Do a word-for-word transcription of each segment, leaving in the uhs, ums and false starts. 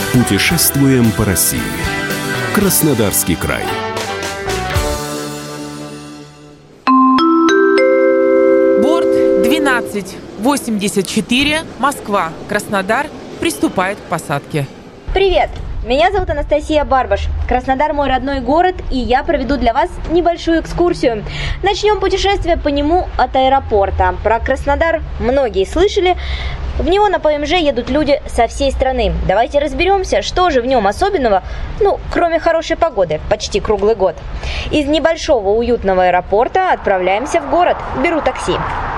Путешествуем по России. Краснодарский край. Борт двенадцать восемьдесят четыре, Москва, Краснодар, приступает к посадке. Привет! Меня зовут Анастасия Барбаш. Краснодар мой родной город, и я проведу для вас небольшую экскурсию. Начнем путешествие по нему от аэропорта. Про Краснодар многие слышали. В него на ПМЖ едут люди со всей страны. Давайте разберемся, что же в нем особенного, ну, кроме хорошей погоды, почти круглый год. Из небольшого уютного аэропорта отправляемся в город. Беру такси.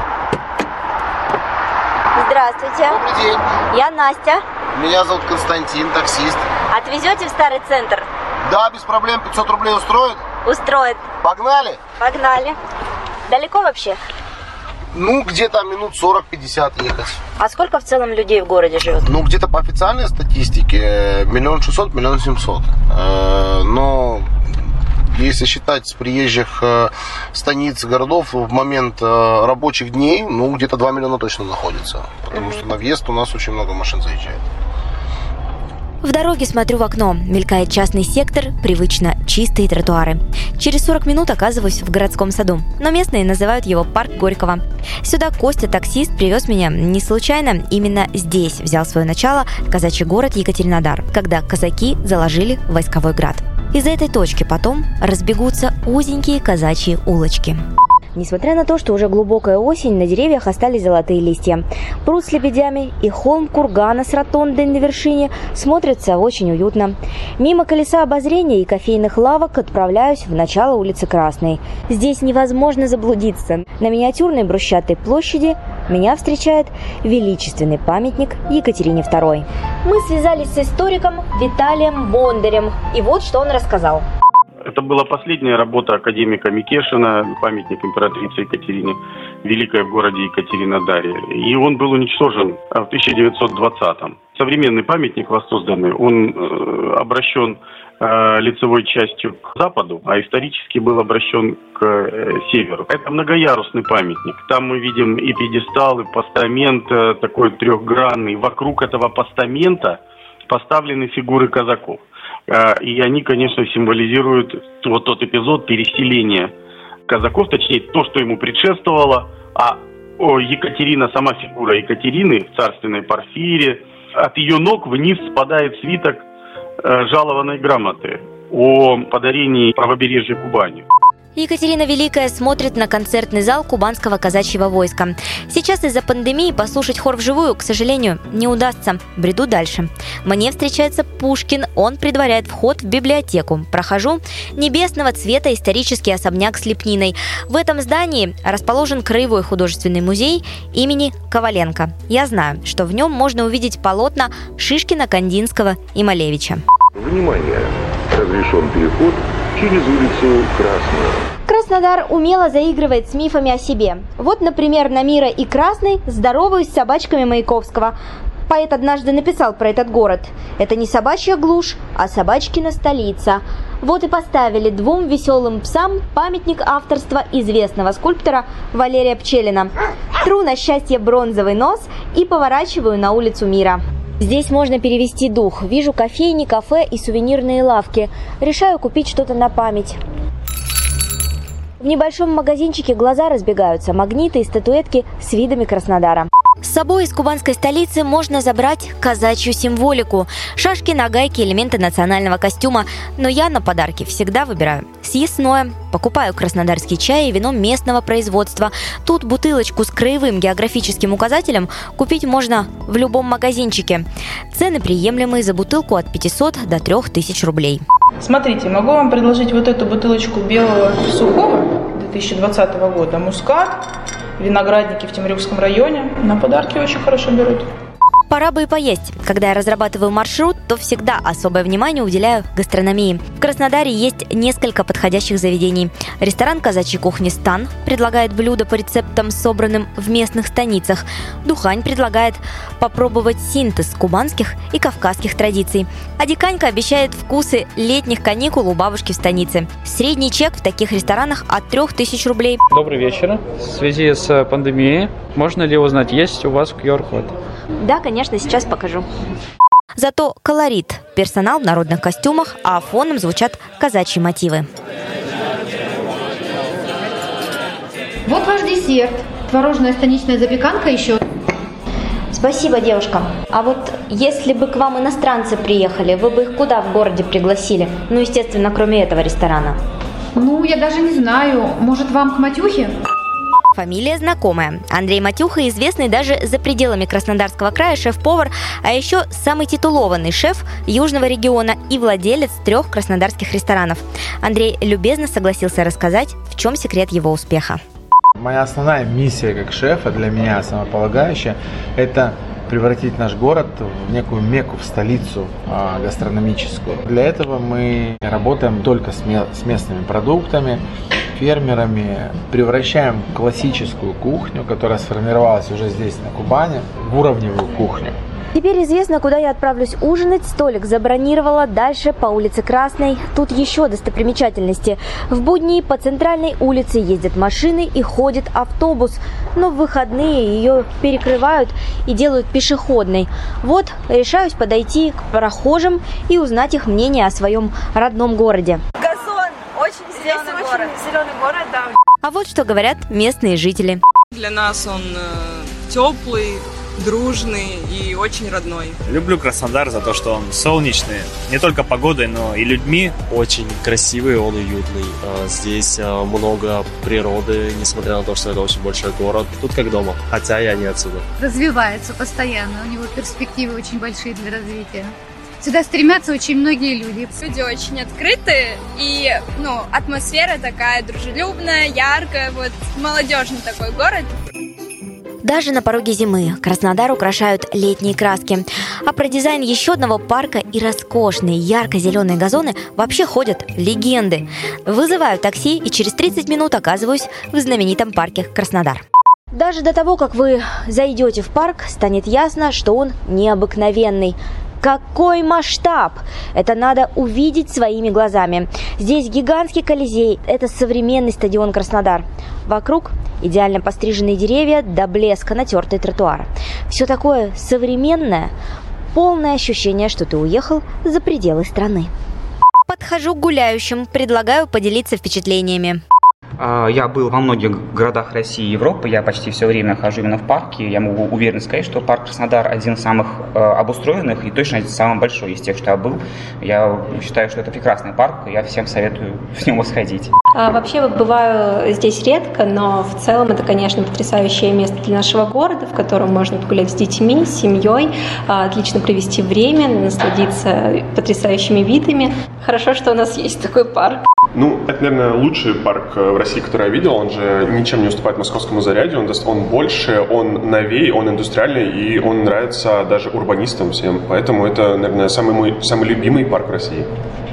Здравствуйте. Добрый день. Я Настя. Меня зовут Константин, таксист. Отвезете в старый центр? Да, без проблем. пятьсот рублей устроит? Устроит. Погнали? Погнали. Далеко вообще? Ну, где-то минут сорок-пятьдесят ехать. А сколько в целом людей в городе живет? Ну, где-то по официальной статистике миллион шестьсот, миллион семьсот. Но если считать с приезжих станиц, городов, в момент рабочих дней, ну, где-то два миллиона точно находится. Потому mm-hmm. что на въезд у нас очень много машин заезжает. В дороге смотрю в окно. Мелькает частный сектор, привычно чистые тротуары. Через сорок минут оказываюсь в городском саду, но местные называют его парк Горького. Сюда Костя, таксист, привез меня не случайно. Именно здесь взял свое начало казачий город Екатеринодар, когда казаки заложили войсковой град. Из этой точки потом разбегутся узенькие казачьи улочки. Несмотря на то, что уже глубокая осень, на деревьях остались золотые листья. Пруд с лебедями и холм кургана с ротондой на вершине смотрятся очень уютно. Мимо колеса обозрения и кофейных лавок отправляюсь в начало улицы Красной. Здесь невозможно заблудиться. На миниатюрной брусчатой площади меня встречает величественный памятник Екатерине второй. Мы связались с историком Виталием Бондарем, и вот что он рассказал. Это была последняя работа академика Микешина, памятник императрице Екатерине Великой в городе Екатеринодаре. И он был уничтожен в тысяча девятьсот двадцатом. Современный памятник воссозданный, он э, обращен э, лицевой частью к западу, а исторически был обращен к э, северу. Это многоярусный памятник. Там мы видим и пьедестал, и постамент э, такой трехгранный. Вокруг этого постамента поставлены фигуры казаков. И они, конечно, символизируют вот тот эпизод переселения казаков, точнее, то, что ему предшествовало. А Екатерина, сама фигура Екатерины в царственной Порфире, от ее ног вниз спадает свиток жалованной грамоты о подарении правобережья Кубани. Екатерина Великая смотрит на концертный зал кубанского казачьего войска. Сейчас из-за пандемии послушать хор вживую, к сожалению, не удастся. Бреду дальше. Мне встречается Пушкин, он предваряет вход в библиотеку. Прохожу. Небесного цвета исторический особняк с лепниной. В этом здании расположен краевой художественный музей имени Коваленко. Я знаю, что в нем можно увидеть полотна Шишкина, Кандинского и Малевича. Внимание! Разрешен переход через улицу Красную. Краснодар умело заигрывает с мифами о себе. Вот, например, на Мира и Красной здороваюсь с собачками Маяковского. Поэт однажды написал про этот город. Это не собачья глушь, а собачкина столица. Вот и поставили двум веселым псам памятник авторства известного скульптора Валерия Пчелина. Тру на счастье бронзовый нос и поворачиваю на улицу Мира. Здесь можно перевести дух. Вижу кофейни, кафе и сувенирные лавки. Решаю купить что-то на память. В небольшом магазинчике глаза разбегаются. Магниты и статуэтки с видами Краснодара. С собой из кубанской столицы можно забрать казачью символику. Шашки, нагайки, элементы национального костюма. Но я на подарки всегда выбираю съестное. Покупаю краснодарский чай и вино местного производства. Тут бутылочку с краевым географическим указателем купить можно в любом магазинчике. Цены приемлемые, за бутылку от пятисот до трёх тысяч рублей. Смотрите, могу вам предложить вот эту бутылочку белого сухого две тысячи двадцатого года. Мускат, виноградники в Темрюкском районе. На подарки очень хорошо берут. Пора бы и поесть. Когда я разрабатываю маршрут, то всегда особое внимание уделяю гастрономии. В Краснодаре есть несколько подходящих заведений. Ресторан казачьей кухни «Стан» предлагает блюда по рецептам, собранным в местных станицах. Духань предлагает попробовать синтез кубанских и кавказских традиций. А Диканька обещает вкусы летних каникул у бабушки в станице. Средний чек в таких ресторанах от трёх тысяч рублей. Добрый вечер. В связи с пандемией можно ли узнать, есть у вас ку ар код? Да, конечно, сейчас покажу. Зато колорит, персонал в народных костюмах, а фоном звучат казачьи мотивы. Вот ваш десерт. Творожная станичная запеканка еще. Спасибо, девушка. А вот если бы к вам иностранцы приехали, вы бы их куда в городе пригласили? Ну, естественно, кроме этого ресторана. Ну, я даже не знаю. Может, вам к Матюхе? Фамилия знакомая. Андрей Матюха известный даже за пределами Краснодарского края шеф-повар, а еще самый титулованный шеф южного региона и владелец трех краснодарских ресторанов. Андрей любезно согласился рассказать, в чем секрет его успеха. Моя основная миссия как шефа, для меня основополагающая, это превратить наш город в некую мекку, в столицу э, гастрономическую. Для этого мы работаем только с, ме- с местными продуктами, фермерами, превращаем классическую кухню, которая сформировалась уже здесь, на Кубани, в уровневую кухню. Теперь известно, куда я отправлюсь ужинать. Столик забронировала. Дальше по улице Красной. Тут еще достопримечательности. В будни по центральной улице ездят машины и ходит автобус. Но в выходные ее перекрывают и делают пешеходной. Вот, решаюсь подойти к прохожим и узнать их мнение о своем родном городе. Газон. Очень зеленый город. Очень зеленый город, да. А вот что говорят местные жители. Для нас он э, теплый, дружный и очень родной. Люблю Краснодар за то, что он солнечный, не только погодой, но и людьми. Очень красивый, он уютный. Здесь много природы, несмотря на то, что это очень большой город. Тут как дома, хотя я не отсюда. Развивается постоянно, у него перспективы очень большие для развития. Сюда стремятся очень многие люди. Люди очень открытые, и ну, атмосфера такая дружелюбная, яркая, вот молодежный такой город. Даже на пороге зимы Краснодар украшают летние краски. А про дизайн еще одного парка и роскошные ярко-зеленые газоны вообще ходят легенды. Вызываю такси и через тридцать минут оказываюсь в знаменитом парке Краснодар. Даже до того, как вы зайдете в парк, станет ясно, что он необыкновенный. Какой масштаб! Это надо увидеть своими глазами. Здесь гигантский Колизей, это современный стадион Краснодар. Вокруг идеально постриженные деревья, до блеска натертые тротуары. Все такое современное, полное ощущение, что ты уехал за пределы страны. Подхожу к гуляющим, предлагаю поделиться впечатлениями. Я был во многих городах России и Европы, я почти все время хожу именно в парке. Я могу уверенно сказать, что парк Краснодар один из самых э, обустроенных и точно один самый большой из тех, что я был. Я считаю, что это прекрасный парк, и я всем советую в него сходить. А, вообще бываю здесь редко, но в целом это, конечно, потрясающее место для нашего города, в котором можно погулять с детьми, с семьей, отлично провести время, насладиться потрясающими видами. Хорошо, что у нас есть такой парк. Ну, это, наверное, лучший парк в России, который я видел. Он же ничем не уступает московскому Зарядью. Он, он больше, он новее, он индустриальный, и он нравится даже урбанистам всем. Поэтому это, наверное, самый мой самый любимый парк в России.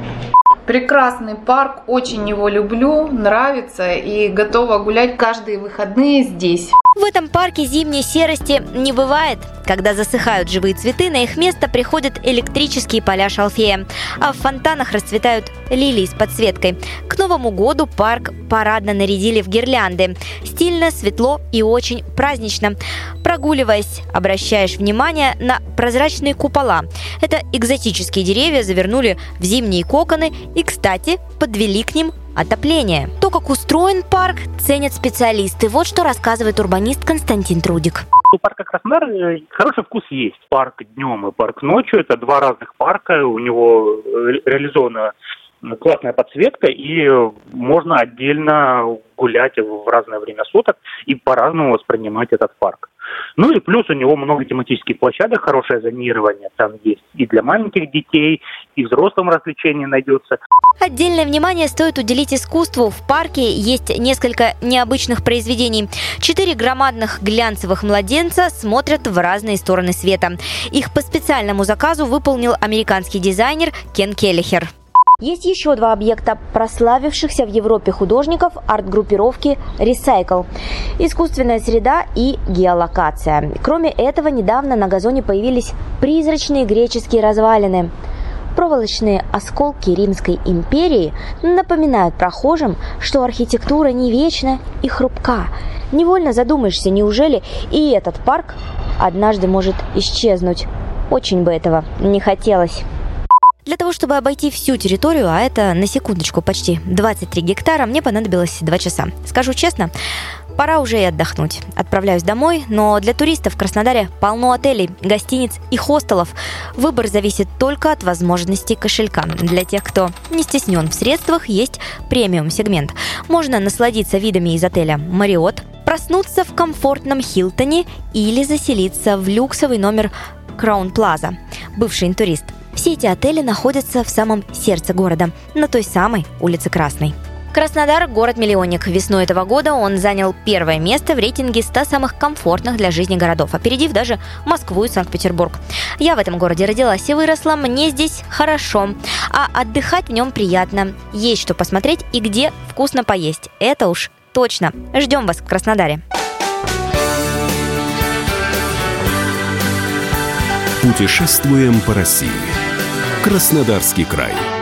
Прекрасный парк, очень его люблю, нравится и готова гулять каждые выходные здесь. В этом парке зимней серости не бывает. Когда засыхают живые цветы, на их место приходят электрические поля шалфея, а в фонтанах расцветают лилии с подсветкой. К Новому году парк парадно нарядили в гирлянды. Стильно, светло и очень празднично. Прогуливаясь, обращаешь внимание на прозрачные купола. Это экзотические деревья завернули в зимние коконы и, кстати, подвели к ним отопление. То, как устроен парк, ценят специалисты. Вот что рассказывает урбанист Константин Трудик. У парка Краснодар хороший вкус есть. Парк днем и парк ночью – это два разных парка. У него реализована классная подсветка, и можно отдельно гулять в разное время суток и по-разному воспринимать этот парк. Ну и плюс у него много тематических площадок, хорошее зонирование. Там есть и для маленьких детей, и взрослым развлечений найдется. Отдельное внимание стоит уделить искусству. В парке есть несколько необычных произведений. Четыре громадных глянцевых младенца смотрят в разные стороны света. Их по специальному заказу выполнил американский дизайнер Кен Келлихер. Есть еще два объекта прославившихся в Европе художников арт-группировки «Recycle» – искусственная среда и геолокация. Кроме этого, недавно на газоне появились призрачные греческие развалины. Проволочные осколки Римской империи напоминают прохожим, что архитектура не вечна и хрупка. Невольно задумаешься, неужели и этот парк однажды может исчезнуть. Очень бы этого не хотелось. Для того, чтобы обойти всю территорию, а это, на секундочку, почти двадцать три гектара, мне понадобилось два часа. Скажу честно, пора уже и отдохнуть. Отправляюсь домой, но для туристов в Краснодаре полно отелей, гостиниц и хостелов. Выбор зависит только от возможностей кошелька. Для тех, кто не стеснен в средствах, есть премиум-сегмент. Можно насладиться видами из отеля «Мариот», проснуться в комфортном Хилтоне или заселиться в люксовый номер Краун Плаза, бывший интурист. Все эти отели находятся в самом сердце города, на той самой улице Красной. Краснодар – город-миллионник. Весной этого года он занял первое место в рейтинге ста самых комфортных для жизни городов, опередив даже Москву и Санкт-Петербург. Я в этом городе родилась и выросла, мне здесь хорошо, а отдыхать в нем приятно. Есть что посмотреть и где вкусно поесть. Это уж точно. Ждем вас в Краснодаре. Путешествуем по России. Краснодарский край.